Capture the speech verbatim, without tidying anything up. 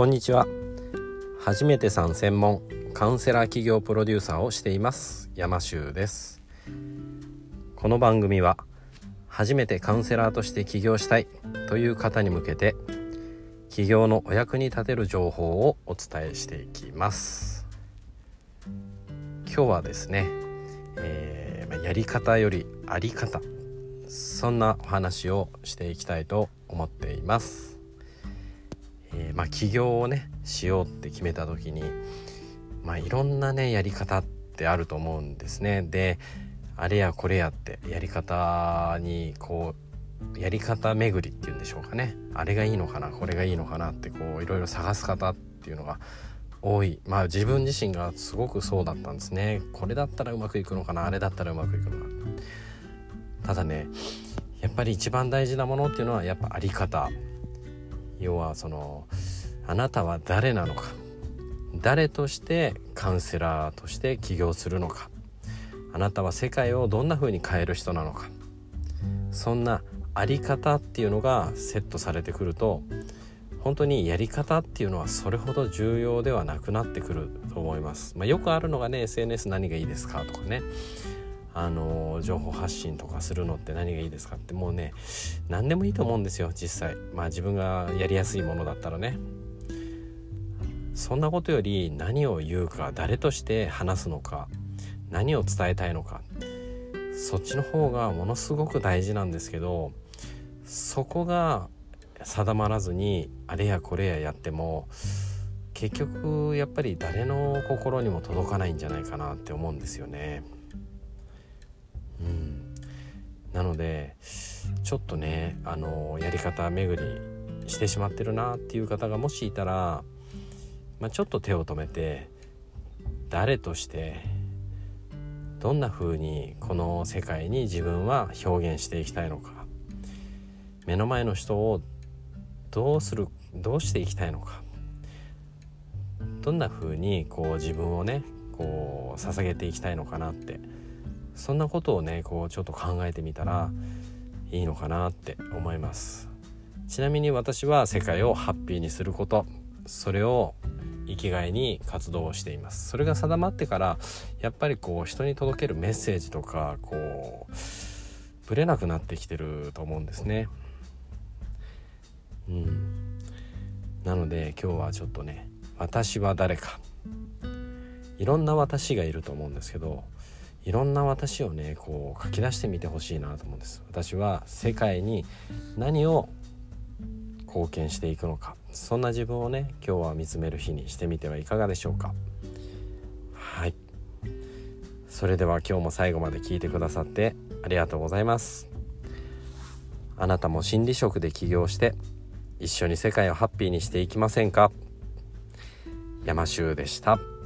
こんにちは。初めてさん専門カウンセラー企業プロデューサーをしています山修です。この番組は初めてカウンセラーとして起業したいという方に向けて起業のお役に立てる情報をお伝えしていきます。今日はですね、えー、やり方よりあり方、そんなお話をしていきたいと思っています。えー、まあ起業をねしようって決めた時に、まあいろんなねやり方ってあると思うんですね。で、あれやこれやってやり方にこうやり方巡りっていうんでしょうかね。あれがいいのかな、これがいいのかなってこういろいろ探す方っていうのが多い。まあ自分自身がすごくそうだったんですね。これだったらうまくいくのかな、あれだったらうまくいくのかな。ただね、やっぱり一番大事なものっていうのはやっぱあり方。要はそのあなたは誰なのか、誰としてカウンセラーとして起業するのか、あなたは世界をどんな風に変える人なのか、そんなあり方っていうのがセットされてくると、本当にやり方っていうのはそれほど重要ではなくなってくると思います。まあ、よくあるのがね エスエヌエス 何がいいですかとかね、あの情報発信とかするのって何がいいですかって、もうね何でもいいと思うんですよ実際。まあ自分がやりやすいものだったらね。そんなことより何を言うか、誰として話すのか、何を伝えたいのか、そっちの方がものすごく大事なんですけど、そこが定まらずにあれやこれややっても結局やっぱり誰の心にも届かないんじゃないかなって思うんですよね。うん、なのでちょっとねあのやり方巡りしてしまってるなっていう方がもしいたら、まあ、ちょっと手を止めて、誰としてどんな風にこの世界に自分は表現していきたいのか、目の前の人をどうするどうしていきたいのか、どんな風にこう自分をねこう捧げていきたいのかなって、そんなことをねこうちょっと考えてみたらいいのかなって思います。ちなみに私は世界をハッピーにすること、それを生きがいに活動をしています。それが定まってからやっぱりこう人に届けるメッセージとかこうぶれなくなってきてると思うんですね。うん、なので今日はちょっとね、私は誰か、いろんな私がいると思うんですけど、いろんな私をねこう書き出してみてほしいなと思うんです。私は世界に何を貢献していくのか、そんな自分をね今日は見つめる日にしてみてはいかがでしょうか。はい、それでは今日も最後まで聞いてくださってありがとうございます。あなたも心理職で起業して一緒に世界をハッピーにしていきませんか。山修でした。